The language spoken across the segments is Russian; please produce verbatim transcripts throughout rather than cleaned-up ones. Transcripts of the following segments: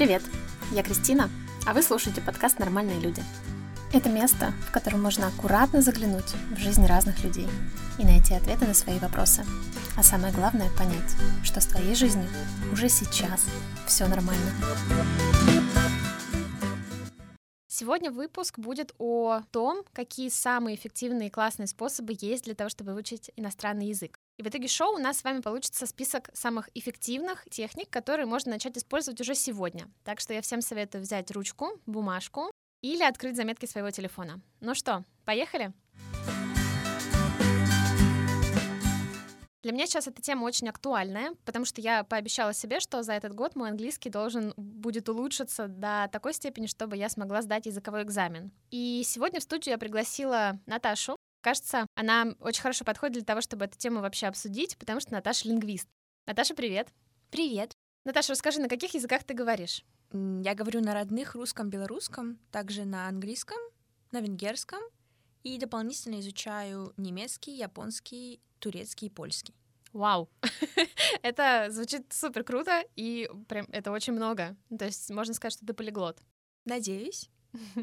Привет, я Кристина, а вы слушаете подкаст «Нормальные люди». Это место, в котором можно аккуратно заглянуть в жизнь разных людей и найти ответы на свои вопросы. А самое главное — понять, что с твоей жизнью уже сейчас все нормально. Сегодня выпуск будет о том, какие самые эффективные и классные способы есть для того, чтобы выучить иностранный язык. И в итоге шоу у нас с вами получится список самых эффективных техник, которые можно начать использовать уже сегодня. Так что я всем советую взять ручку, бумажку или открыть заметки своего телефона. Ну что, поехали? Для меня сейчас эта тема очень актуальная, потому что я пообещала себе, что за этот год мой английский должен будет улучшиться до такой степени, чтобы я смогла сдать языковой экзамен. И сегодня в студию я пригласила Наташу. Кажется, она очень хорошо подходит для того, чтобы эту тему вообще обсудить, потому что Наташа лингвист. Наташа, привет. Привет. Наташа, расскажи, на каких языках ты говоришь? Я говорю на родных русском, белорусском, также на английском, на венгерском и дополнительно изучаю немецкий, японский, турецкий и польский. Вау! Это звучит супер круто, и прям это очень много. То есть можно сказать, что ты полиглот. Надеюсь.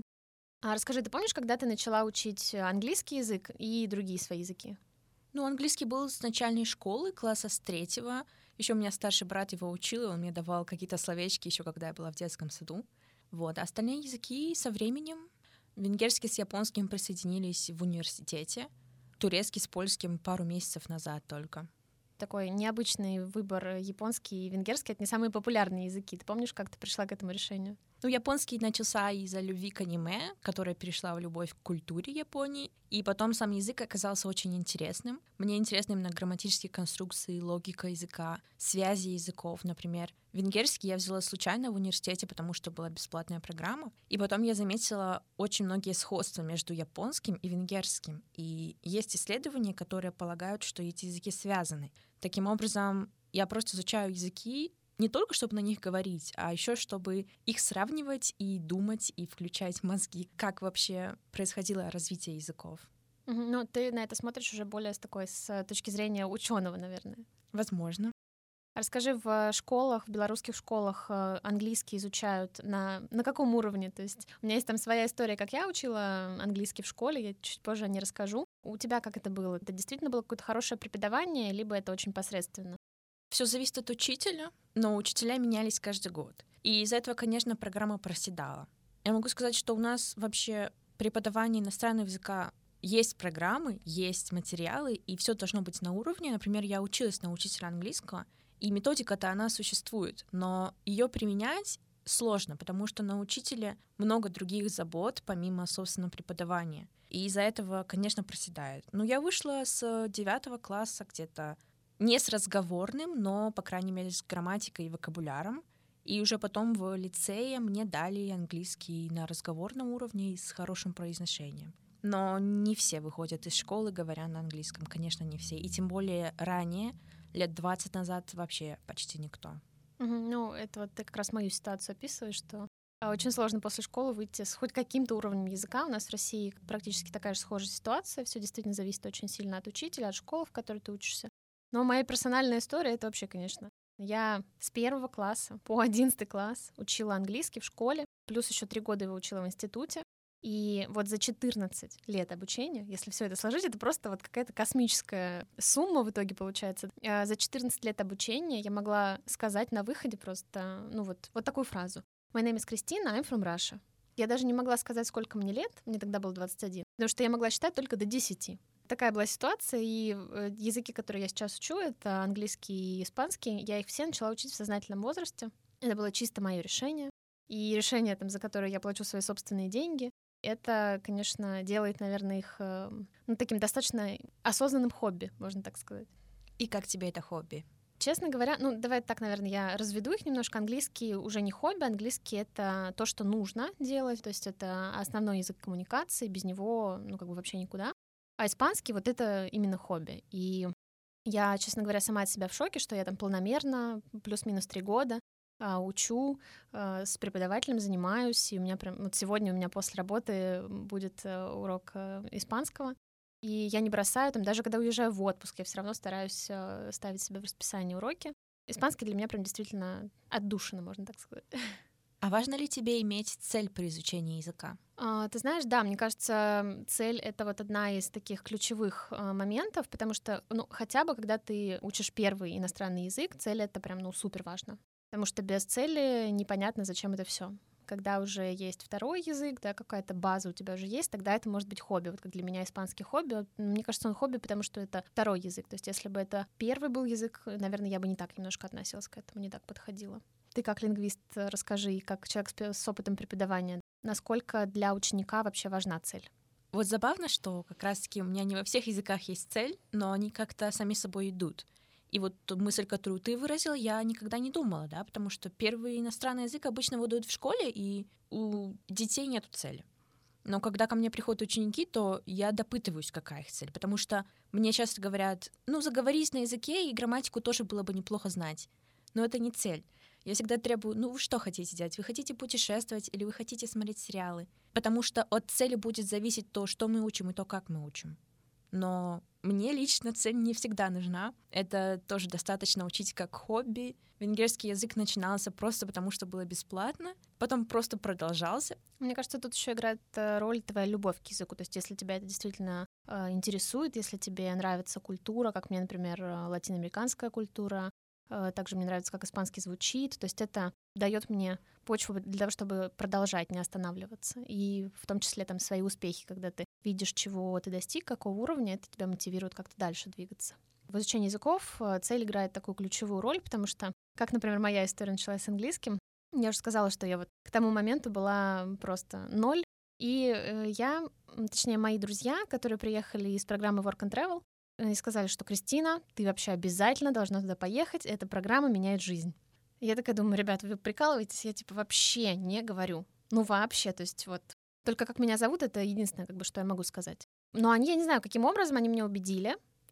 А расскажи, ты помнишь, когда ты начала учить английский язык и другие свои языки? Ну, английский был с начальной школы, класса с третьего. Еще у меня старший брат его учил, и он мне давал какие-то словечки еще когда я была в детском саду. Вот. А остальные языки со временем. Венгерский с японским присоединились в университете. Турецкий с польским пару месяцев назад только. Такой необычный выбор. Японский и венгерский — это не самые популярные языки. Ты помнишь, как ты пришла к этому решению? Ну, японский начался из-за любви к аниме, которая перешла в любовь к культуре Японии, и потом сам язык оказался очень интересным. Мне интересны именно грамматические конструкции, логика языка, связи языков, например. Венгерский я взяла случайно в университете, потому что была бесплатная программа, и потом я заметила очень многие сходства между японским и венгерским, и есть исследования, которые полагают, что эти языки связаны. Таким образом, я просто изучаю языки, не только чтобы на них говорить, а еще чтобы их сравнивать и думать, и включать мозги, как вообще происходило развитие языков. Mm-hmm. Ну, ты на это смотришь уже более с такой, с точки зрения ученого, наверное. Возможно. Расскажи, в школах, в белорусских школах английский изучают на, на каком уровне? То есть у меня есть там своя история, как я учила английский в школе, я чуть позже о ней расскажу. У тебя как это было? Это действительно было какое-то хорошее преподавание, либо это очень посредственно? Все зависит от учителя, но учителя менялись каждый год. И из-за этого, конечно, программа проседала. Я могу сказать, что у нас вообще преподавание иностранного языка есть программы, есть материалы, и все должно быть на уровне. Например, я училась на учителя английского, и методика-то она существует, но ее применять сложно, потому что на учителя много других забот, помимо, собственно, преподавания. И из-за этого, конечно, проседает. Но я вышла с девятого класса где-то не с разговорным, но, по крайней мере, с грамматикой и вокабуляром. И уже потом в лицее мне дали английский на разговорном уровне и с хорошим произношением. Но не все выходят из школы, говоря на английском. Конечно, не все. И тем более ранее, лет двадцать назад, вообще почти никто. Mm-hmm. Ну, это вот ты как раз мою ситуацию описываешь, что очень сложно после школы выйти с хоть каким-то уровнем языка. У нас в России практически такая же схожая ситуация. Все действительно зависит очень сильно от учителя, от школы, в которой ты учишься. Но моя персональная история — это вообще, конечно. Я с первого класса по одиннадцатый класс учила английский в школе, плюс еще три года его учила в институте. И вот за четырнадцать лет обучения, если все это сложить, это просто вот какая-то космическая сумма в итоге получается. За четырнадцать лет обучения я могла сказать на выходе просто, ну вот, вот такую фразу. My name is Christina, I'm from Russia. Я даже не могла сказать, сколько мне лет, мне тогда было двадцать один, потому что я могла считать только до десяти. Такая была ситуация, и языки, которые я сейчас учу, это английский и испанский, я их все начала учить в сознательном возрасте. Это было чисто мое решение. И решение, там, за которое я плачу свои собственные деньги, это, конечно, делает, наверное, их ну, таким достаточно осознанным хобби, можно так сказать. И как тебе это хобби? Честно говоря, ну, давай так, наверное, я разведу их немножко. Английский уже не хобби, английский — это то, что нужно делать, то есть это основной язык коммуникации, без него, ну, как бы вообще никуда. А испанский — вот это именно хобби. И я, честно говоря, сама от себя в шоке, что я там планомерно, плюс-минус три года, учу, с преподавателем занимаюсь, и у меня прям вот сегодня у меня после работы будет урок испанского, и я не бросаю там, даже когда уезжаю в отпуск, я все равно стараюсь ставить себе в расписание уроки. Испанский для меня прям действительно отдушина, можно так сказать. А важно ли тебе иметь цель при изучении языка? А, ты знаешь, да, мне кажется, цель — это вот одна из таких ключевых а, моментов, потому что, ну, хотя бы, когда ты учишь первый иностранный язык, цель — это прям, ну, супер важно. Потому что без цели непонятно, зачем это все. Когда уже есть второй язык, да, какая-то база у тебя уже есть, тогда это может быть хобби. Вот как для меня испанский хобби. Вот, мне кажется, он хобби, потому что это второй язык. То есть если бы это первый был язык, наверное, я бы не так немножко относилась к этому, не так подходила. Ты как лингвист расскажи, и как человек с с опытом преподавания, насколько для ученика вообще важна цель? Вот забавно, что как раз-таки у меня не во всех языках есть цель, но они как-то сами собой идут. И вот ту мысль, которую ты выразил, я никогда не думала, да, потому что первый иностранный язык обычно выдают в школе, и у детей нет цели. Но когда ко мне приходят ученики, то я допытываюсь, какая их цель, потому что мне часто говорят, ну, заговорись на языке, и грамматику тоже было бы неплохо знать. Но это не цель. Я всегда требую, ну, вы что хотите делать? Вы хотите путешествовать или вы хотите смотреть сериалы? Потому что от цели будет зависеть то, что мы учим, и то, как мы учим. Но мне лично цель не всегда нужна. Это тоже достаточно учить как хобби. Венгерский язык начинался просто потому, что было бесплатно, потом просто продолжался. Мне кажется, тут еще играет э, роль твоя любовь к языку. То есть если тебя это действительно э, интересует, если тебе нравится культура, как мне, например, э, латиноамериканская культура, э, также мне нравится, как испанский звучит, то есть это дает мне почву для того, чтобы продолжать, не останавливаться. И в том числе там свои успехи, когда ты видишь, чего ты достиг, какого уровня, это тебя мотивирует как-то дальше двигаться. В изучении языков э, цель играет такую ключевую роль, потому что, как, например, моя история началась с английским, я уже сказала, что я вот к тому моменту была просто ноль, и э, я, точнее, мои друзья, которые приехали из программы Work and Travel, они сказали, что Кристина, ты вообще обязательно должна туда поехать, эта программа меняет жизнь. И я такая думаю, ребята, вы прикалываетесь? Я типа вообще не говорю. Ну вообще, то есть вот только как меня зовут, это единственное, как бы, что я могу сказать. Но они, я не знаю, каким образом они меня убедили,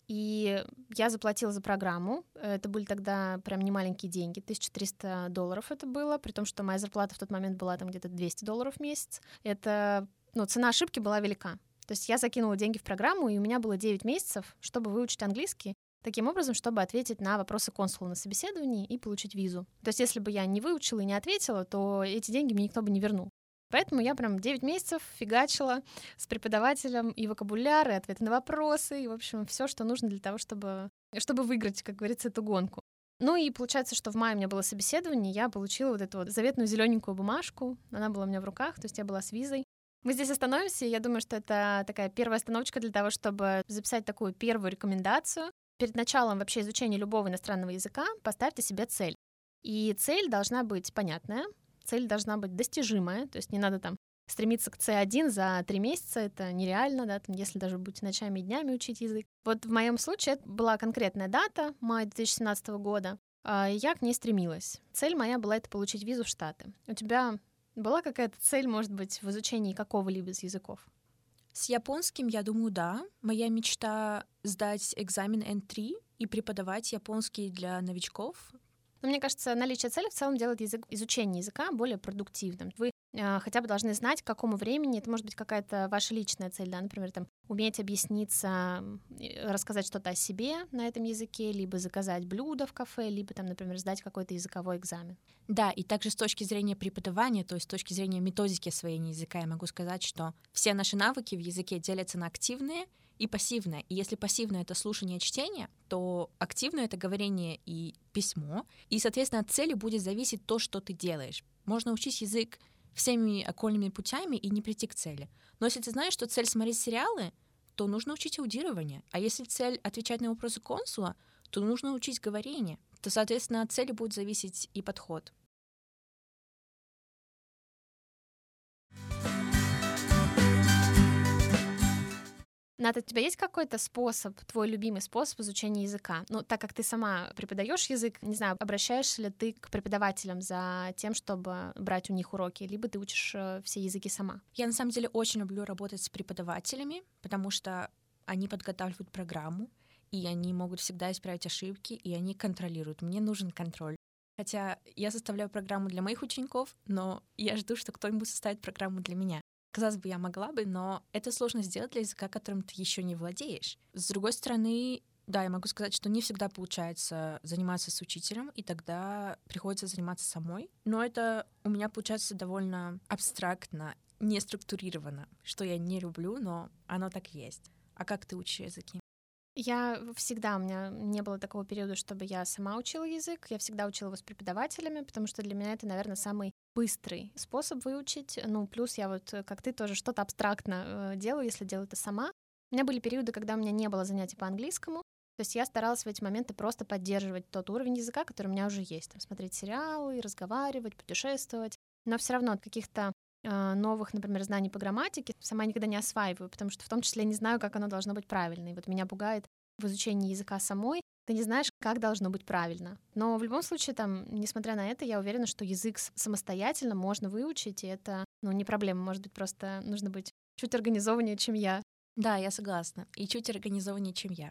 и я заплатила за программу. Это были тогда прям немаленькие деньги, тысяча триста долларов это было, при том, что моя зарплата в тот момент была там где-то двести долларов в месяц. Это, ну, цена ошибки была велика. То есть я закинула деньги в программу, и у меня было девять месяцев, чтобы выучить английский, таким образом, чтобы ответить на вопросы консула на собеседовании и получить визу. То есть если бы я не выучила и не ответила, то эти деньги мне никто бы не вернул. Поэтому я прям девять месяцев фигачила с преподавателем и вокабуляр, и ответы на вопросы, и, в общем, все, что нужно для того, чтобы, чтобы выиграть, как говорится, эту гонку. Ну и получается, что в мае у меня было собеседование, я получила вот эту вот заветную зелененькую бумажку, она была у меня в руках, то есть я была с визой. Мы здесь остановимся, и я думаю, что это такая первая остановочка для того, чтобы записать такую первую рекомендацию. Перед началом вообще изучения любого иностранного языка поставьте себе цель. И цель должна быть понятная, цель должна быть достижимая, то есть не надо там стремиться к си один за три месяца, это нереально, да, там, если даже будете ночами и днями учить язык. Вот в моем случае это была конкретная дата, май две тысячи семнадцатого года, и я к ней стремилась. Цель моя была это получить визу в Штаты. У тебя была какая-то цель, может быть, в изучении какого-либо из языков? С японским, я думаю, да. Моя мечта — сдать экзамен эн три и преподавать японский для новичков. Но мне кажется, наличие цели в целом делает язык, изучение языка более продуктивным. Вы э, хотя бы должны знать, к какому времени, это может быть какая-то ваша личная цель, да, например, там, уметь объясниться, рассказать что-то о себе на этом языке, либо заказать блюдо в кафе, либо, там, например, сдать какой-то языковой экзамен. Да, и также с точки зрения преподавания, то есть с точки зрения методики освоения языка, я могу сказать, что все наши навыки в языке делятся на активные и пассивное. И если пассивное — это слушание и чтение, то активное — это говорение и письмо. И, соответственно, от цели будет зависеть то, что ты делаешь. Можно учить язык всеми окольными путями и не прийти к цели. Но если ты знаешь, что цель — смотреть сериалы, то нужно учить аудирование. А если цель — отвечать на вопросы консула, то нужно учить говорение. То, соответственно, от цели будет зависеть и подход. Ната, у тебя есть какой-то способ, твой любимый способ изучения языка? Ну, так как ты сама преподаешь язык, не знаю, обращаешься ли ты к преподавателям за тем, чтобы брать у них уроки, либо ты учишь э, все языки сама? Я, на самом деле, очень люблю работать с преподавателями, потому что они подготавливают программу, и они могут всегда исправить ошибки, и они контролируют. Мне нужен контроль. Хотя я составляю программу для моих учеников, но я жду, что кто-нибудь составит программу для меня. Казалось бы, я могла бы, но это сложно сделать для языка, которым ты еще не владеешь. С другой стороны, Да, я могу сказать, что не всегда получается заниматься с учителем, и тогда приходится заниматься самой. Но это у меня получается довольно абстрактно, не структурировано, что я не люблю, но оно так и есть. А как ты учишь языки? Я всегда, у меня не было такого периода, чтобы я сама учила язык. Я всегда учила его с преподавателями, потому что для меня это, наверное, самый быстрый способ выучить. Ну, плюс я вот, как ты, тоже что-то абстрактно э, делаю, если делаю это сама. У меня были периоды, когда у меня не было занятий по английскому. То есть я старалась в эти моменты просто поддерживать тот уровень языка, который у меня уже есть. Там, смотреть сериалы, разговаривать, путешествовать. Но все равно от каких-то э, новых, например, знаний по грамматике сама никогда не осваиваю, потому что в том числе не знаю, как оно должно быть правильно. И вот меня пугает в изучении языка самой, ты не знаешь, как должно быть правильно. Но в любом случае, там, несмотря на это, я уверена, что язык самостоятельно можно выучить, и это, ну, не проблема. Может быть, просто нужно быть чуть организованнее, чем я. Да, я согласна. И чуть организованнее, чем я.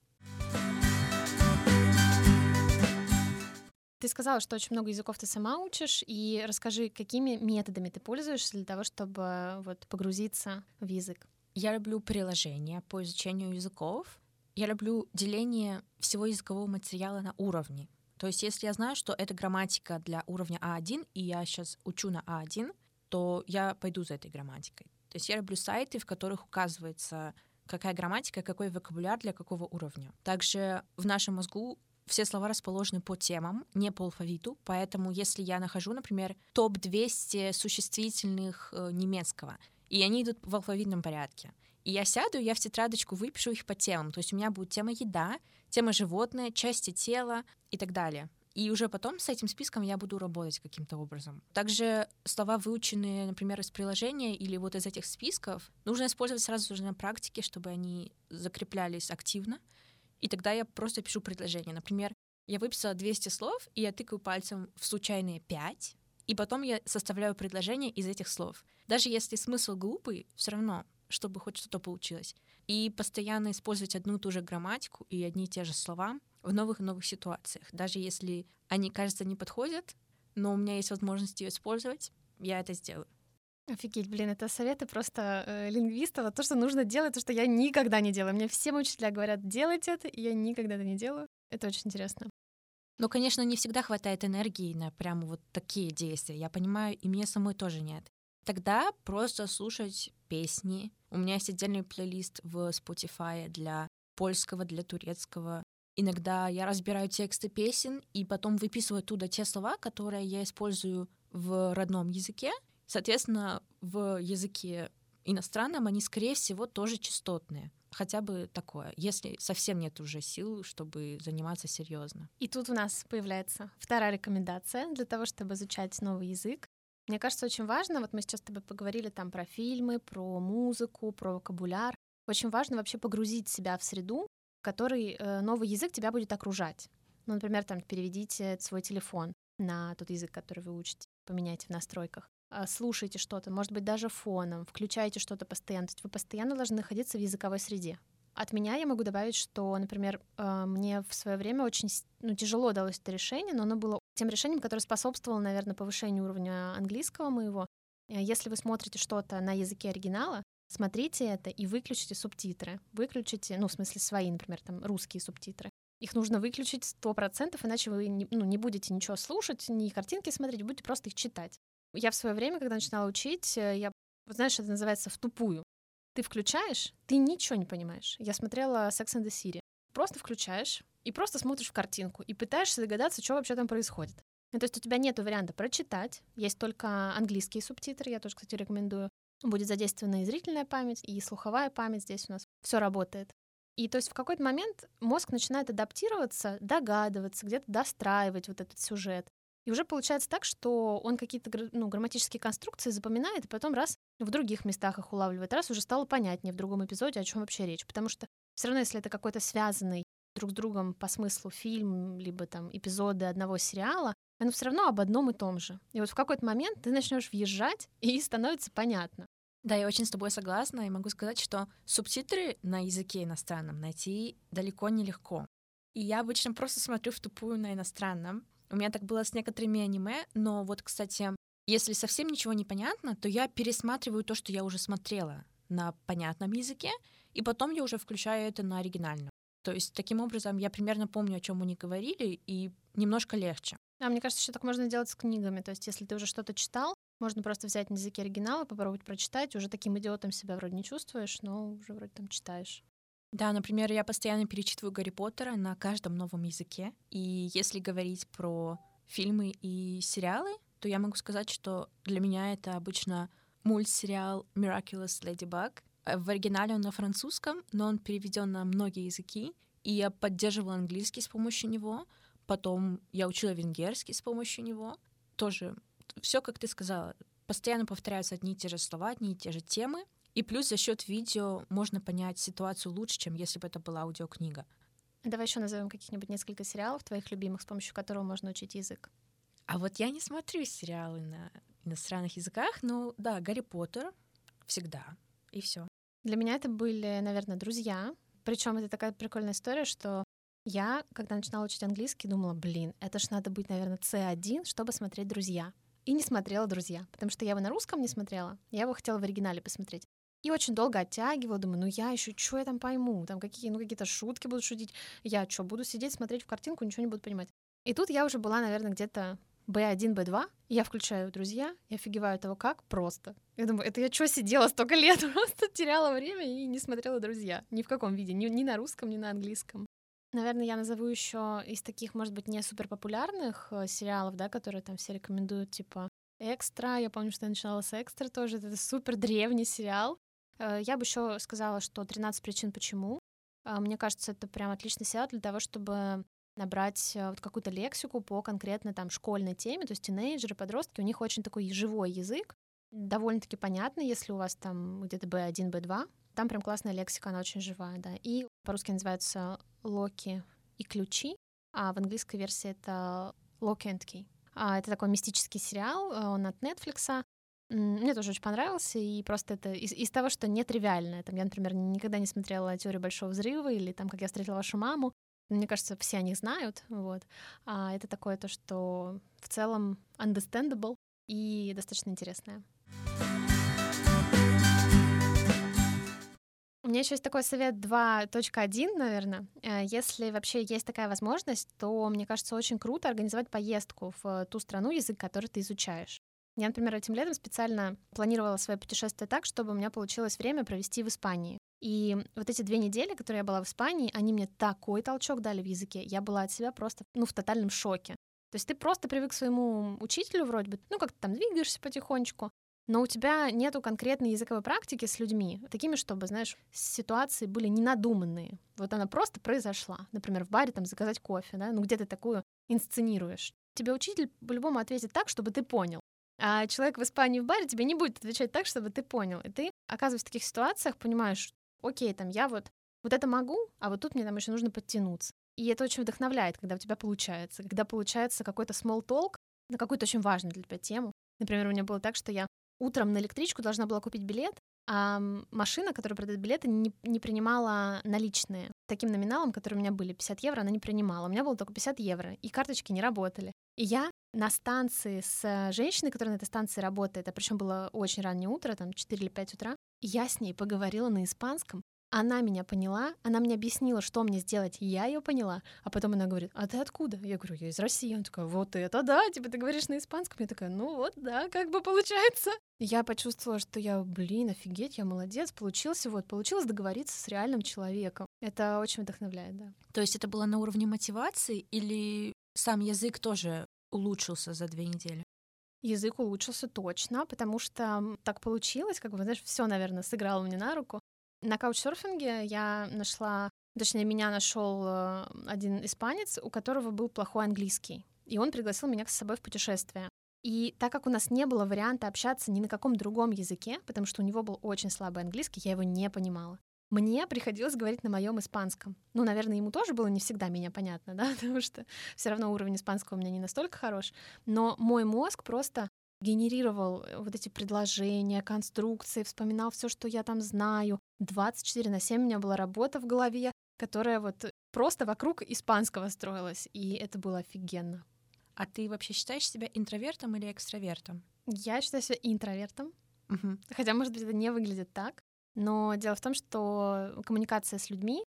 Ты сказала, что очень много языков ты сама учишь, и расскажи, какими методами ты пользуешься для того, чтобы вот погрузиться в язык. Я люблю приложения по изучению языков. Я люблю деление всего языкового материала на уровни. То есть если я знаю, что это грамматика для уровня А один, и я сейчас учу на А один, то я пойду за этой грамматикой. То есть я люблю сайты, в которых указывается, какая грамматика, какой вокабуляр для какого уровня. Также в нашем мозгу все слова расположены по темам, не по алфавиту, поэтому если я нахожу, например, топ двести существительных э, немецкого, и они идут в алфавитном порядке, и я сяду, и я в тетрадочку выпишу их по темам, то есть у меня будет тема еда, тема животное, части тела и так далее. И уже потом с этим списком я буду работать каким-то образом. Также слова, выученные, например, из приложения или вот из этих списков, нужно использовать сразу же на практике, чтобы они закреплялись активно. И тогда я просто пишу предложение. Например, я выписала двести слов, и я тыкаю пальцем в случайные пять, и потом я составляю предложение из этих слов. Даже если смысл глупый, все равно, чтобы хоть что-то получилось. И постоянно использовать одну и ту же грамматику и одни и те же слова в новых и новых ситуациях. Даже если они, кажется, не подходят, но у меня есть возможность ее использовать, я это сделаю. Офигеть, блин, это советы просто э, лингвиста, вот то, что нужно делать, то, что я никогда не делаю. Мне все мои учителя говорят, делать это, и я никогда это не делаю. Это очень интересно. Но, конечно, не всегда хватает энергии на прямо вот такие действия. Я понимаю, и мне самой тоже нет. Тогда просто слушать песни. У меня есть отдельный плейлист в Spotify для польского, для турецкого. Иногда я разбираю тексты песен и потом выписываю оттуда те слова, которые я использую в родном языке. Соответственно, в языке иностранном они, скорее всего, тоже частотные. Хотя бы такое, если совсем нет уже сил, чтобы заниматься серьезно. И тут у нас появляется вторая рекомендация для того, чтобы изучать новый язык. Мне кажется, очень важно, вот мы сейчас с тобой поговорили там про фильмы, про музыку, про вокабуляр. Очень важно вообще погрузить себя в среду, в которой э, новый язык тебя будет окружать. Ну, например, там переведите свой телефон на тот язык, который вы учите, поменяйте в настройках. Слушайте что-то, может быть, даже фоном, включайте что-то постоянно. То есть вы постоянно должны находиться в языковой среде. От меня я могу добавить, что, например, мне в свое время очень ну, тяжело далось это решение, но оно было тем решением, которое способствовало, наверное, повышению уровня английского моего. Если вы смотрите что-то на языке оригинала, смотрите это и выключите субтитры. Выключите, ну, в смысле, свои, например, там, русские субтитры. Их нужно выключить сто процентов, иначе вы не, ну, не будете ничего слушать, ни картинки смотреть, будете просто их читать. Я в свое время, когда начинала учить, я, знаешь, это называется втупую. Ты включаешь, ты ничего не понимаешь. Я смотрела Sex and the City. Просто включаешь и просто смотришь в картинку и пытаешься догадаться, что вообще там происходит. Ну, то есть у тебя нет варианта прочитать, есть только английские субтитры, я тоже, кстати, рекомендую. Будет задействована и зрительная память, и слуховая память, здесь у нас все работает. И то есть в какой-то момент мозг начинает адаптироваться, догадываться, где-то достраивать вот этот сюжет. И уже получается так, что он какие-то ну, грамматические конструкции запоминает, и потом раз в других местах их улавливает, раз уже стало понятнее в другом эпизоде, о чем вообще речь. Потому что все равно, если это какой-то связанный друг с другом по смыслу фильм, либо там эпизоды одного сериала, оно все равно об одном и том же. И вот в какой-то момент ты начнешь въезжать, и становится понятно. Да, я очень с тобой согласна, и могу сказать, что субтитры на языке иностранном найти далеко не легко. И я обычно просто смотрю втупую на иностранном. У меня так было с некоторыми аниме, но вот, кстати, если совсем ничего не понятно, то я пересматриваю то, что я уже смотрела на понятном языке, и потом я уже включаю это на оригинальном. То есть таким образом я примерно помню, о чем они говорили, и немножко легче. А мне кажется, еще так можно делать с книгами. То есть если ты уже что-то читал, можно просто взять на языке оригинала, попробовать прочитать. Уже таким идиотом себя вроде не чувствуешь, но уже вроде там читаешь. Да, например, я постоянно перечитываю Гарри Поттера на каждом новом языке. И если говорить про фильмы и сериалы, то я могу сказать, что для меня это обычно мультсериал Miraculous Ladybug. В оригинале он на французском, но он переведен на многие языки, и я поддерживала английский с помощью него. Потом я учила венгерский с помощью него. Тоже все, как ты сказала, постоянно повторяются одни и те же слова, одни и те же темы. И плюс за счет видео можно понять ситуацию лучше, чем если бы это была аудиокнига. Давай еще назовем каких-нибудь несколько сериалов твоих любимых, с помощью которого можно учить язык. А вот я не смотрю сериалы на иностранных языках, но да, Гарри Поттер всегда, и все. Для меня это были, наверное, друзья. Причем это такая прикольная история, что я, когда начинала учить английский, думала, блин, это ж надо быть, наверное, си один, чтобы смотреть «Друзья». И не смотрела «Друзья», потому что я его на русском не смотрела, я его хотела в оригинале посмотреть. И очень долго оттягивала, думаю, ну я еще что я там пойму, там какие, ну какие-то шутки будут шутить, я что, буду сидеть, смотреть в картинку, ничего не буду понимать. И тут я уже была, наверное, где-то би один, би два, и я включаю «Друзья», и офигеваю того, как просто. Я думаю, это я что сидела столько лет, просто теряла время и не смотрела «Друзья». Ни в каком виде, ни, ни на русском, ни на английском. Наверное, я назову еще из таких, может быть, не супер популярных э, сериалов, да, которые там все рекомендуют, типа «Экстра». Я помню, что я начинала с «Экстра» тоже. Это супер древний сериал. Э, я бы еще сказала, что «тринадцать причин почему». Э, мне кажется, это прям отличный сериал для того, чтобы набрать э, вот какую-то лексику по конкретно там школьной теме. То есть тинейджеры, подростки, у них очень такой живой язык, довольно-таки понятный, если у вас там где-то би один, би два. Там прям классная лексика, она очень живая, да. И по-русски называется «Локи и ключи», а в английской версии это «Lock and Key». А это такой мистический сериал, он от Netflix. Мне тоже очень понравился, и просто это из, из того, что нетривиальное. Там я, например, никогда не смотрела «Теорию большого взрыва» или там «Как я встретила вашу маму». Мне кажется, все о них знают, вот. А это такое то, что в целом understandable и достаточно интересное. У меня еще есть такой совет два точка один, наверное. Если вообще есть такая возможность, то, мне кажется, очень круто организовать поездку в ту страну, язык, который ты изучаешь. Я, например, этим летом специально планировала свое путешествие так, чтобы у меня получилось время провести в Испании. И вот эти две недели, которые я была в Испании, они мне такой толчок дали в языке. Я была от себя просто, ну, в тотальном шоке. То есть ты просто привык к своему учителю вроде бы, ну, как ты там двигаешься потихонечку, но у тебя нету конкретной языковой практики с людьми, такими, чтобы, знаешь, ситуации были ненадуманные. Вот она просто произошла. Например, в баре там заказать кофе, да, ну где ты такую инсценируешь? Тебе учитель по-любому ответит так, чтобы ты понял. А человек в Испании в баре тебе не будет отвечать так, чтобы ты понял. И ты, оказываясь в таких ситуациях, понимаешь, окей, там я вот, вот это могу, а вот тут мне там еще нужно подтянуться. И это очень вдохновляет, когда у тебя получается. Когда получается какой-то small talk на какую-то очень важную для тебя тему. Например, у меня было так, что я утром на электричку должна была купить билет, а машина, которая продает билеты, не, не принимала наличные. Таким номиналом, который у меня были, пятьдесят евро, она не принимала. У меня было только пятьдесят евро, и карточки не работали. И я на станции с женщиной, которая на этой станции работает, а причем было очень раннее утро, там четыре или пять утра, и я с ней поговорила на испанском. Она меня поняла, она мне объяснила, что мне сделать, я ее поняла. А потом она говорит, а ты откуда? Я говорю, я из России. Она такая, вот это да, типа ты говоришь на испанском. Я такая, ну вот, да, как бы получается. Я почувствовала, что я, блин, офигеть, я молодец, получился, вот, получилось договориться с реальным человеком. Это очень вдохновляет, да. То есть это было на уровне мотивации или сам язык тоже улучшился за две недели? Язык улучшился точно, потому что так получилось, как бы, знаешь, все, наверное, сыграло мне на руку. На каучсерфинге я нашла, точнее, меня нашел один испанец, у которого был плохой английский, и он пригласил меня с собой в путешествие. И так как у нас не было варианта общаться ни на каком другом языке, потому что у него был очень слабый английский, я его не понимала. Мне приходилось говорить на моем испанском. Ну, наверное, ему тоже было не всегда меня понятно, да, потому что все равно уровень испанского у меня не настолько хорош. Но мой мозг просто генерировал вот эти предложения, конструкции, вспоминал все, что я там знаю. двадцать четыре на семь у меня была работа в голове, которая вот просто вокруг испанского строилась, и это было офигенно. А ты вообще считаешь себя интровертом или экстравертом? Я считаю себя интровертом, Угу. хотя, может быть, это не выглядит так, но дело в том, что коммуникация с людьми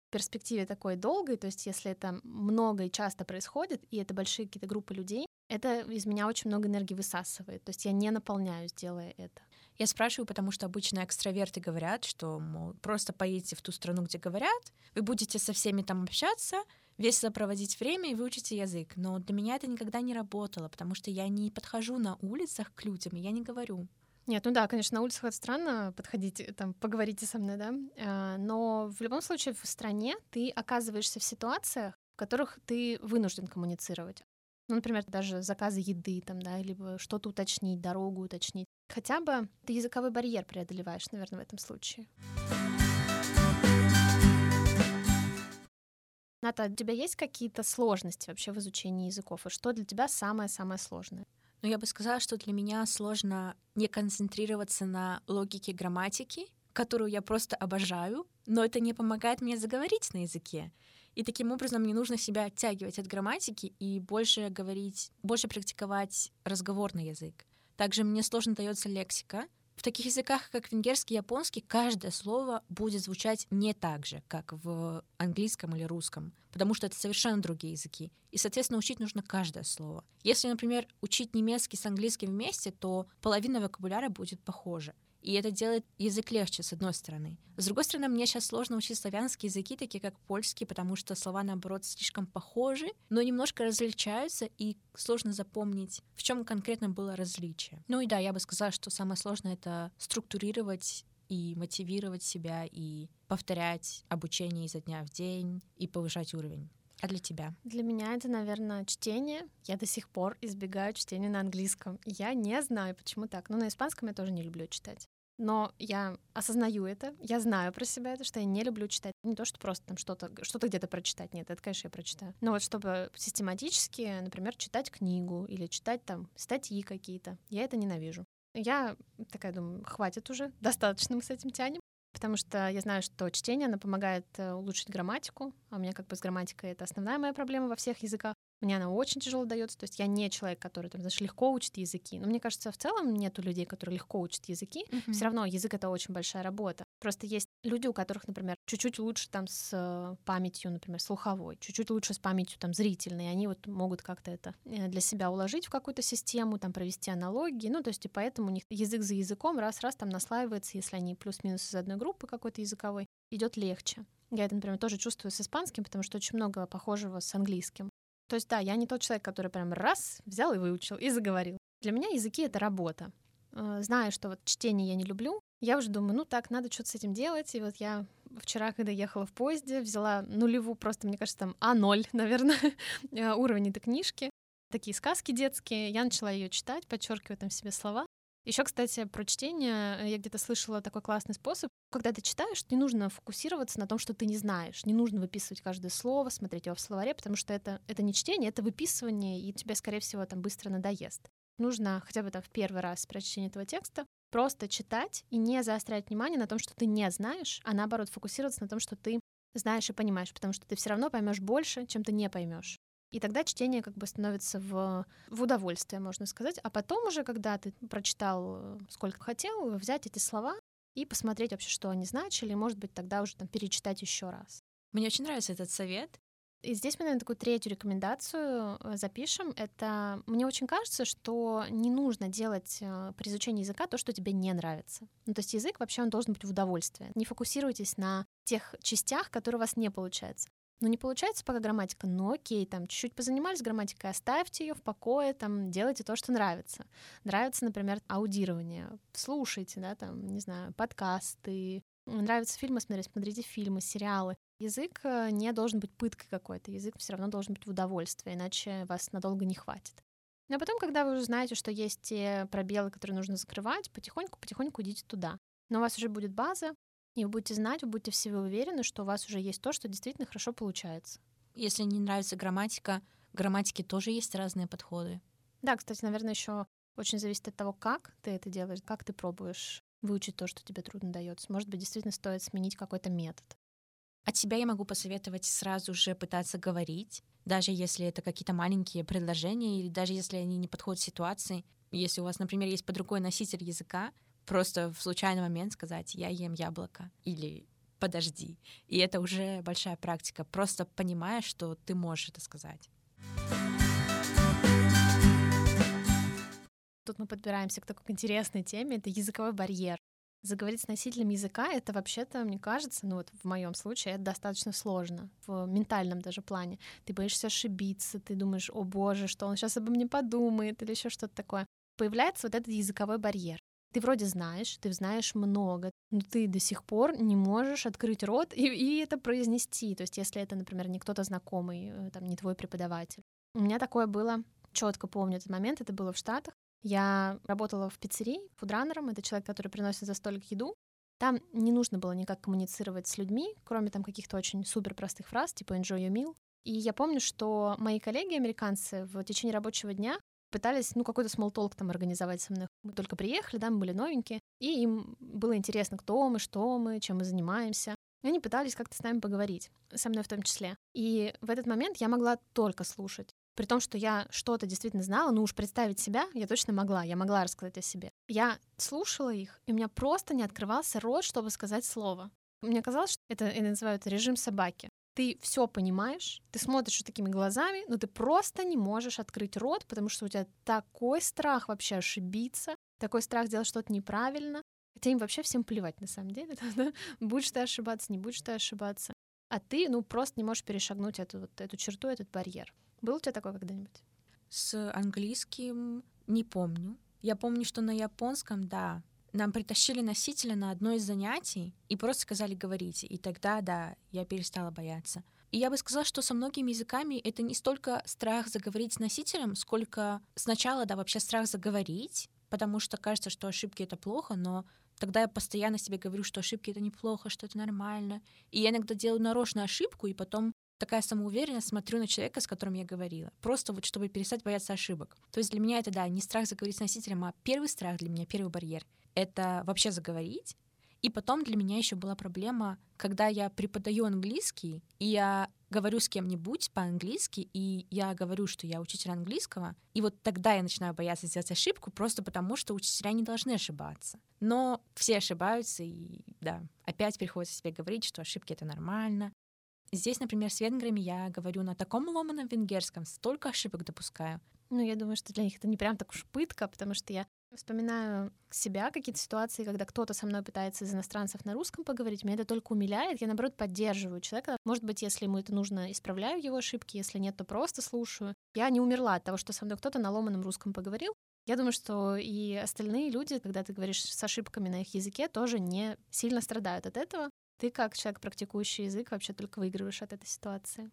в перспективе такой долгой, то есть если это много и часто происходит, и это большие какие-то группы людей, это из меня очень много энергии высасывает, то есть я не наполняюсь, делая это. Я спрашиваю, потому что обычно экстраверты говорят, что, мол, просто поедете в ту страну, где говорят, вы будете со всеми там общаться, весело проводить время и выучите язык. Но для меня это никогда не работало, потому что я не подхожу на улицах к людям, и я не говорю. Нет, ну да, конечно, на улицах это странно подходить, там, поговорите со мной, да, а, но в любом случае в стране ты оказываешься в ситуациях, в которых ты вынужден коммуницировать. Ну, например, даже заказы еды, там, да, либо что-то уточнить, дорогу уточнить. Хотя бы ты языковой барьер преодолеваешь, наверное, в этом случае. Ната, у тебя есть какие-то сложности вообще в изучении языков? И что для тебя самое-самое сложное? Ну, я бы сказала, что для меня сложно не концентрироваться на логике грамматики, которую я просто обожаю, но это не помогает мне заговорить на языке. И таким образом мне нужно себя оттягивать от грамматики и больше говорить, больше практиковать разговорный язык. Также мне сложно дается лексика. В таких языках, как венгерский и японский, каждое слово будет звучать не так же, как в английском или русском, потому что это совершенно другие языки. И, соответственно, учить нужно каждое слово. Если, например, учить немецкий с английским вместе, то половина вокабуляра будет похожа. И это делает язык легче, с одной стороны. С другой стороны, мне сейчас сложно учить славянские языки, такие как польский, потому что слова, наоборот, слишком похожи, но немножко различаются, и сложно запомнить, в чем конкретно было различие. Ну и да, я бы сказала, что самое сложное — это структурировать и мотивировать себя, и повторять обучение изо дня в день, и повышать уровень. А для тебя? Для меня это, наверное, чтение. Я до сих пор избегаю чтения на английском. Я не знаю, почему так. Но на испанском я тоже не люблю читать. Но я осознаю это, я знаю про себя это, что я не люблю читать. Не то, что просто там что-то что-то где-то прочитать. Нет, это, конечно, я прочитаю. Но вот чтобы систематически, например, читать книгу или читать там статьи какие-то, я это ненавижу. Я такая думаю, хватит уже, достаточно мы с этим тянем. Потому что я знаю, что чтение, оно помогает улучшить грамматику, а у меня как бы с грамматикой это основная моя проблема во всех языках. Мне она очень тяжело дается, то есть я не человек, который, там, знаешь, легко учит языки. Но мне кажется, в целом нету людей, которые легко учат языки. Mm-hmm. Все равно язык — это очень большая работа. Просто есть люди, у которых, например, чуть-чуть лучше там с памятью, например, слуховой, чуть-чуть лучше с памятью там зрительной, и они вот могут как-то это для себя уложить в какую-то систему, там провести аналогии. Ну, то есть и поэтому у них язык за языком раз-раз там наслаивается, если они плюс-минус из одной группы какой-то языковой, идет легче. Я это, например, тоже чувствую с испанским, потому что очень много похожего с английским. То есть, да, я не тот человек, который прям раз взял и выучил, и заговорил. Для меня языки — это работа. Зная, что вот чтение я не люблю, я уже думаю, ну так, надо что-то с этим делать. И вот я вчера, когда ехала в поезде, взяла нулевую, просто, мне кажется, там а ноль, наверное, уровень этой книжки. Такие сказки детские. Я начала ее читать, подчеркивая там себе слова. Еще, кстати, про чтение я где-то слышала такой классный способ. Когда ты читаешь, не нужно фокусироваться на том, что ты не знаешь. Не нужно выписывать каждое слово, смотреть его в словаре, потому что это, это не чтение, это выписывание, и тебе, скорее всего, там быстро надоест. Нужно хотя бы там в первый раз при чтении этого текста просто читать и не заострять внимание на том, что ты не знаешь, а наоборот фокусироваться на том, что ты знаешь и понимаешь, потому что ты все равно поймешь больше, чем ты не поймешь. И тогда чтение как бы становится в, в удовольствие, можно сказать. А потом уже, когда ты прочитал сколько хотел, взять эти слова и посмотреть вообще, что они значили, и, может быть, тогда уже там перечитать еще раз. Мне очень нравится этот совет. И здесь мы, наверное, такую третью рекомендацию запишем. Это мне очень кажется, что не нужно делать при изучении языка то, что тебе не нравится. Ну, то есть язык вообще он должен быть в удовольствие. Не фокусируйтесь на тех частях, которые у вас не получаются. Ну, не получается пока грамматика, ну окей, там, чуть-чуть позанимались грамматикой, оставьте ее в покое, там, делайте то, что нравится. Нравится, например, аудирование, слушайте, да, там, не знаю, подкасты, нравятся фильмы смотреть, смотрите фильмы, сериалы. Язык не должен быть пыткой какой-то, язык все равно должен быть в удовольствие, иначе вас надолго не хватит. А потом, когда вы уже знаете, что есть те пробелы, которые нужно закрывать, потихоньку-потихоньку идите туда. Но у вас уже будет база, и вы будете знать, вы будете в себе уверены, что у вас уже есть то, что действительно хорошо получается. Если не нравится грамматика, грамматике тоже есть разные подходы. Да, кстати, наверное, еще очень зависит от того, как ты это делаешь, как ты пробуешь выучить то, что тебе трудно дается. Может быть, действительно стоит сменить какой-то метод. От себя я могу посоветовать сразу же пытаться говорить, даже если это какие-то маленькие предложения, или даже если они не подходят ситуации. Если у вас, например, есть под рукой носитель языка, просто в случайный момент сказать «я ем яблоко» или подожди. И это уже большая практика. Просто понимаешь, что ты можешь это сказать. Тут мы подбираемся к такой интересной теме, это языковой барьер. Заговорить с носителем языка — это вообще-то, мне кажется, ну вот в моем случае, это достаточно сложно, в ментальном даже плане. Ты боишься ошибиться, ты думаешь: о боже, что он сейчас обо мне подумает, или еще что-то такое. Появляется вот этот языковой барьер. Ты вроде знаешь, ты знаешь много, но ты до сих пор не можешь открыть рот и, и это произнести. То есть если это, например, не кто-то знакомый, там, не твой преподаватель. У меня такое было, четко помню этот момент, это было в Штатах. Я работала в пиццерии фудранером, это человек, который приносит за столик еду. Там не нужно было никак коммуницировать с людьми, кроме там каких-то очень супер простых фраз, типа enjoy your meal. И я помню, что мои коллеги-американцы в течение рабочего дня пытались, ну, какой-то small talk там организовать со мной. Мы только приехали, да, мы были новенькие, и им было интересно, кто мы, что мы, чем мы занимаемся. И они пытались как-то с нами поговорить, со мной в том числе. И в этот момент я могла только слушать. При том, что я что-то действительно знала, ну уж представить себя я точно могла, я могла рассказать о себе. Я слушала их, и у меня просто не открывался рот, чтобы сказать слово. Мне казалось, что это, это называют режим собаки. Ты все понимаешь, ты смотришь вот такими глазами, но ты просто не можешь открыть рот, потому что у тебя такой страх вообще ошибиться, такой страх сделать что-то неправильно. Хотя им вообще всем плевать на самом деле. Да? Будешь ты ошибаться, не будешь ты ошибаться. А ты, ну, просто не можешь перешагнуть эту, вот, эту черту, этот барьер. Был у тебя такой когда-нибудь? С английским не помню. Я помню, что на японском, да, нам притащили носителя на одно из занятий и просто сказали «говорите». И тогда, да, я перестала бояться. И я бы сказала, что со многими языками это не столько страх заговорить с носителем, сколько сначала, да, вообще страх заговорить, потому что кажется, что ошибки — это плохо, но тогда я постоянно себе говорю, что ошибки — это неплохо, что это нормально. И я иногда делаю нарочно ошибку, и потом такая самоуверенность, смотрю на человека, с которым я говорила. Просто вот чтобы перестать бояться ошибок. То есть для меня это, да, не страх заговорить с носителем, а первый страх для меня, первый барьер — это вообще заговорить. И потом для меня еще была проблема, когда я преподаю английский, и я говорю с кем-нибудь по-английски, и я говорю, что я учитель английского, и вот тогда я начинаю бояться сделать ошибку, просто потому что учителя не должны ошибаться. Но все ошибаются, и да, опять приходится себе говорить, что ошибки — это нормально. Здесь, например, с венграми я говорю на таком ломаном венгерском, столько ошибок допускаю. Ну, я думаю, что для них это не прям так уж пытка, потому что я вспоминаю себя, какие-то ситуации, когда кто-то со мной пытается из иностранцев на русском поговорить, меня это только умиляет, я, наоборот, поддерживаю человека. Может быть, если ему это нужно, исправляю его ошибки, если нет, то просто слушаю. Я не умерла от того, что со мной кто-то на ломаном русском поговорил. Я думаю, что и остальные люди, когда ты говоришь с ошибками на их языке, тоже не сильно страдают от этого. Ты, как человек, практикующий язык, вообще только выигрываешь от этой ситуации.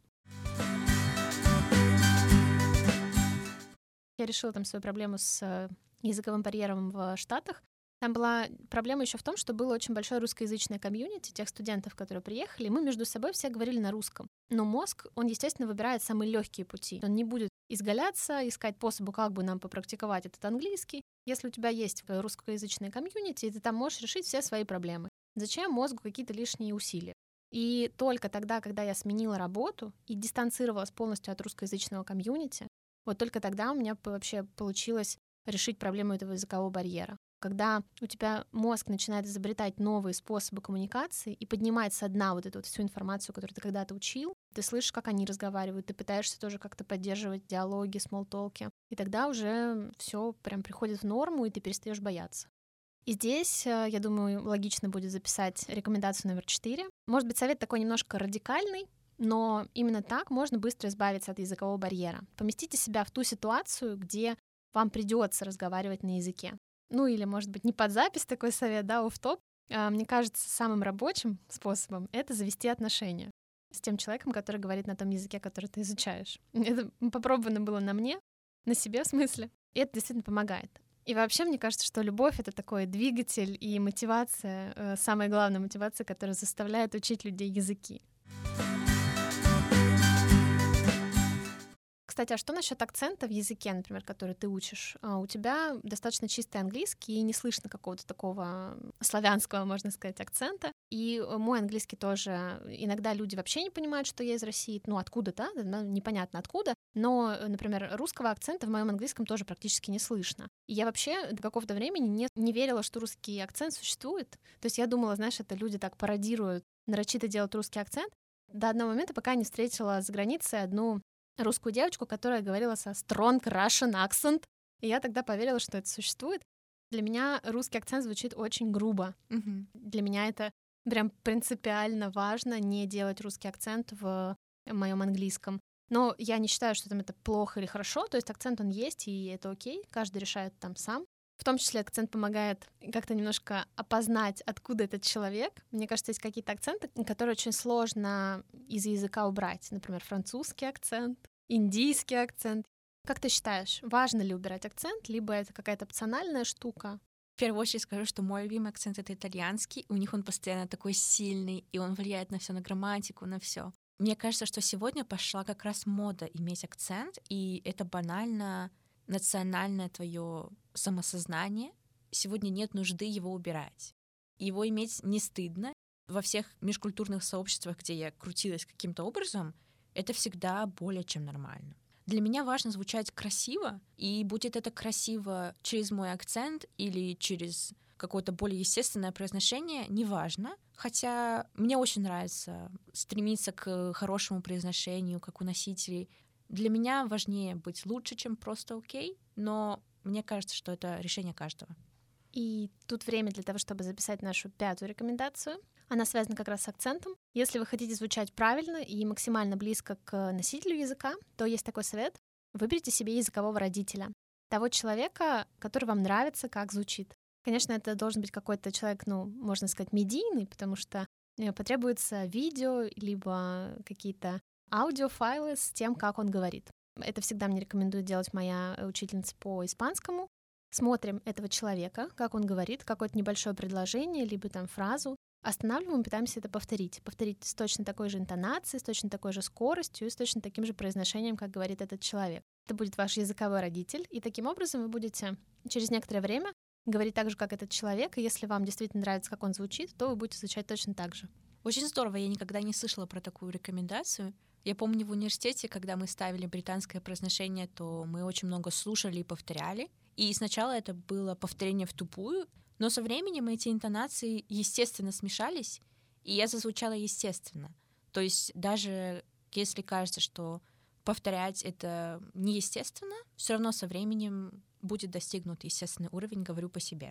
Я решила там свою проблему с языковым барьером в Штатах. Там была проблема еще в том, что было очень большое русскоязычное комьюнити тех студентов, которые приехали, и мы между собой все говорили на русском. Но мозг, он, естественно, выбирает самые легкие пути. Он не будет изгаляться, искать способы, как бы нам попрактиковать этот английский. Если у тебя есть русскоязычное комьюнити, ты там можешь решить все свои проблемы. Зачем мозгу какие-то лишние усилия? И только тогда, когда я сменила работу и дистанцировалась полностью от русскоязычного комьюнити, вот только тогда у меня вообще получилось решить проблему этого языкового барьера. Когда у тебя мозг начинает изобретать новые способы коммуникации и поднимать со дна вот эту вот всю информацию, которую ты когда-то учил, ты слышишь, как они разговаривают, ты пытаешься тоже как-то поддерживать диалоги, смолтолки, и тогда уже все прям приходит в норму, и ты перестаешь бояться. И здесь, я думаю, логично будет записать рекомендацию номер четыре. Может быть, совет такой немножко радикальный, но именно так можно быстро избавиться от языкового барьера. Поместите себя в ту ситуацию, где вам придется разговаривать на языке. Ну или, может быть, не под запись такой совет, да, офф-топ. А, мне кажется, самым рабочим способом — это завести отношения с тем человеком, который говорит на том языке, который ты изучаешь. Это попробовано было на мне, на себе в смысле, и это действительно помогает. И вообще, мне кажется, что любовь — это такой двигатель и мотивация, э, самая главная мотивация, которая заставляет учить людей языки. Кстати, а что насчет акцента в языке, например, который ты учишь? У тебя достаточно чистый английский, и не слышно какого-то такого славянского, можно сказать, акцента. И мой английский тоже. Иногда люди вообще не понимают, что я из России. Ну, откуда-то, непонятно откуда. Но, например, русского акцента в моем английском тоже практически не слышно. И я вообще до какого-то времени не, не верила, что русский акцент существует. То есть я думала, знаешь, это люди так пародируют нарочито делать русский акцент, до одного момента, пока не встретила за границей одну русскую девочку, которая говорила со strong Russian accent, и я тогда поверила, что это существует. Для меня русский акцент звучит очень грубо. Мгм. Для меня это прям принципиально важно не делать русский акцент в моем английском. Но я не считаю, что там это плохо или хорошо, то есть акцент он есть, и это окей, каждый решает там сам. В том числе акцент помогает как-то немножко опознать, откуда этот человек. Мне кажется, есть какие-то акценты, которые очень сложно из языка убрать. Например, французский акцент, индийский акцент. Как ты считаешь, важно ли убирать акцент, либо это какая-то опциональная штука? В первую очередь скажу, что мой любимый акцент — это итальянский. У них он постоянно такой сильный, и он влияет на все, на грамматику, на все. Мне кажется, что сегодня пошла как раз мода иметь акцент, и это банально национальное твое самосознание. Сегодня нет нужды его убирать. Его иметь не стыдно. Во всех межкультурных сообществах, где я крутилась каким-то образом, это всегда более чем нормально. Для меня важно звучать красиво, и будет это красиво через мой акцент или через какое-то более естественное произношение, неважно. Хотя мне очень нравится стремиться к хорошему произношению, как у носителей. Для меня важнее быть лучше, чем просто окей, но мне кажется, что это решение каждого. И тут время для того, чтобы записать нашу пятую рекомендацию. Она связана как раз с акцентом. Если вы хотите звучать правильно и максимально близко к носителю языка, то есть такой совет. Выберите себе языкового родителя. Того человека, который вам нравится, как звучит. Конечно, это должен быть какой-то человек, ну, можно сказать, медийный, потому что э, потребуется видео, либо какие-то аудиофайлы с тем, как он говорит. Это всегда мне рекомендует делать моя учительница по испанскому. Смотрим этого человека, как он говорит, какое-то небольшое предложение, либо там фразу. Останавливаем, пытаемся это повторить. Повторить с точно такой же интонацией, с точно такой же скоростью и с точно таким же произношением, как говорит этот человек. Это будет ваш языковой родитель, и таким образом вы будете через некоторое время говорить так же, как этот человек, и если вам действительно нравится, как он звучит, то вы будете звучать точно так же. Очень здорово, я никогда не слышала про такую рекомендацию. Я помню в университете, когда мы ставили британское произношение, то мы очень много слушали и повторяли. И сначала это было повторение в тупую, но со временем эти интонации естественно смешались, и я зазвучала естественно. То есть даже если кажется, что повторять это неестественно, все равно со временем будет достигнут естественный уровень, говорю по себе.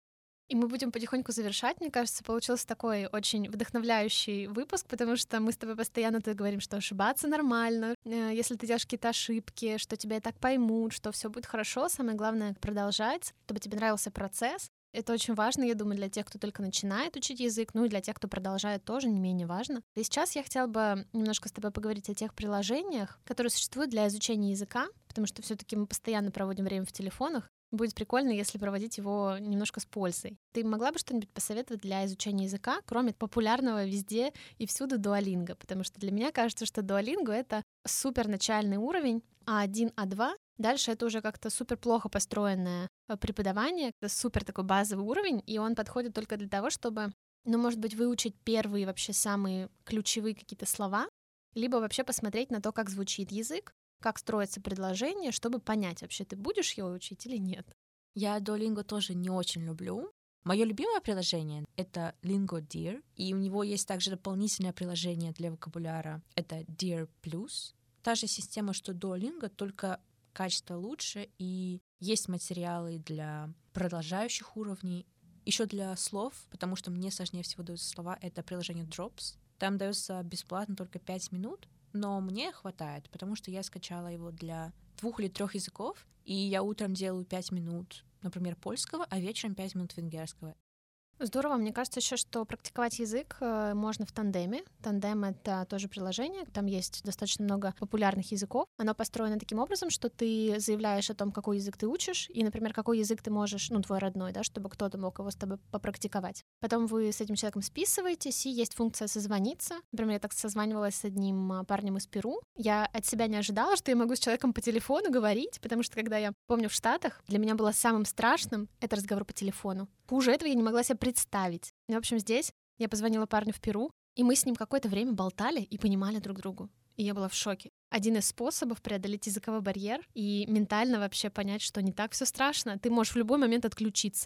И мы будем потихоньку завершать. Мне кажется, получился такой очень вдохновляющий выпуск, потому что мы с тобой постоянно тут говорим, что ошибаться нормально, э, если ты делаешь какие-то ошибки, что тебя и так поймут, что все будет хорошо. Самое главное — продолжать, чтобы тебе нравился процесс. Это очень важно, я думаю, для тех, кто только начинает учить язык, ну и для тех, кто продолжает, тоже не менее важно. И сейчас я хотела бы немножко с тобой поговорить о тех приложениях, которые существуют для изучения языка, потому что все-таки мы постоянно проводим время в телефонах. Будет прикольно, если проводить его немножко с пользой. Ты могла бы что-нибудь посоветовать для изучения языка, кроме популярного везде и всюду Duolingo? Потому что для меня кажется, что Duolingo — это супер начальный уровень, а один, а два дальше это уже как-то супер плохо построенное преподавание, это супер такой базовый уровень, и он подходит только для того, чтобы, ну, может быть, выучить первые вообще самые ключевые какие-то слова, либо вообще посмотреть на то, как звучит язык, как строится предложение, чтобы понять, вообще ты будешь его учить или нет. Я Duolingo тоже не очень люблю. Мое любимое приложение — это LingoDeer, и у него есть также дополнительное приложение для вокабуляра — это Deer Plus. Та же система, что Duolingo, только качество лучше, и есть материалы для продолжающих уровней, еще для слов, потому что мне сложнее всего даются слова, это приложение Drops. Там дается бесплатно только пять минут, но мне хватает, потому что я скачала его для двух или трех языков, и я утром делаю пять минут, например, польского, а вечером пять минут венгерского. Здорово. Мне кажется еще, что практиковать язык э, можно в тандеме. Тандем — это тоже приложение. Там есть достаточно много популярных языков. Оно построено таким образом, что ты заявляешь о том, какой язык ты учишь, и, например, какой язык ты можешь, ну, твой родной, да, чтобы кто-то мог его с тобой попрактиковать. Потом вы с этим человеком списываетесь, и есть функция созвониться. Например, я так созванивалась с одним парнем из Перу. Я от себя не ожидала, что я могу с человеком по телефону говорить, потому что, когда я, помню, в Штатах, для меня было самым страшным — это разговор по телефону. Хуже этого я не могла себе представить. И, в общем, здесь я позвонила парню в Перу, и мы с ним какое-то время болтали и понимали друг другу. И я была в шоке. Один из способов преодолеть языковой барьер и ментально вообще понять, что не так все страшно. Ты можешь в любой момент отключиться.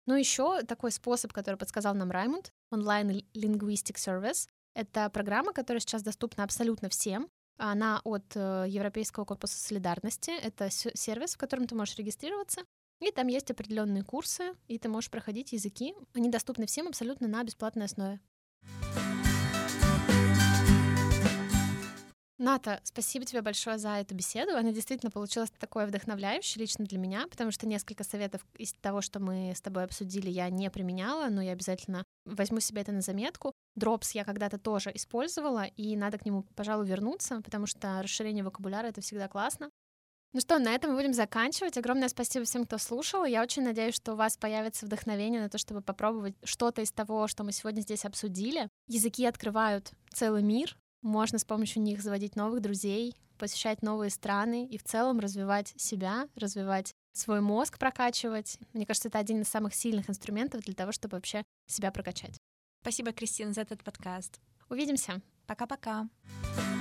Ну, еще такой способ, который подсказал нам Раймунд, онлайн Linguistic Service. Это программа, которая сейчас доступна абсолютно всем. Она от э, Европейского корпуса солидарности. Это с- сервис, в котором ты можешь регистрироваться. И там есть определенные курсы, и ты можешь проходить языки. Они доступны всем абсолютно на бесплатной основе. Ната, спасибо тебе большое за эту беседу. Она действительно получилась такой вдохновляющей лично для меня, потому что несколько советов из того, что мы с тобой обсудили, я не применяла, но я обязательно возьму себе это на заметку. Drops я когда-то тоже использовала, и надо к нему, пожалуй, вернуться, потому что расширение вокабуляра — это всегда классно. Ну что, на этом мы будем заканчивать. Огромное спасибо всем, кто слушал. Я очень надеюсь, что у вас появится вдохновение на то, чтобы попробовать что-то из того, что мы сегодня здесь обсудили. Языки открывают целый мир. Можно с помощью них заводить новых друзей, посещать новые страны и в целом развивать себя, развивать свой мозг, прокачивать. Мне кажется, это один из самых сильных инструментов для того, чтобы вообще себя прокачать. Спасибо, Кристина, за этот подкаст. Увидимся. Пока-пока.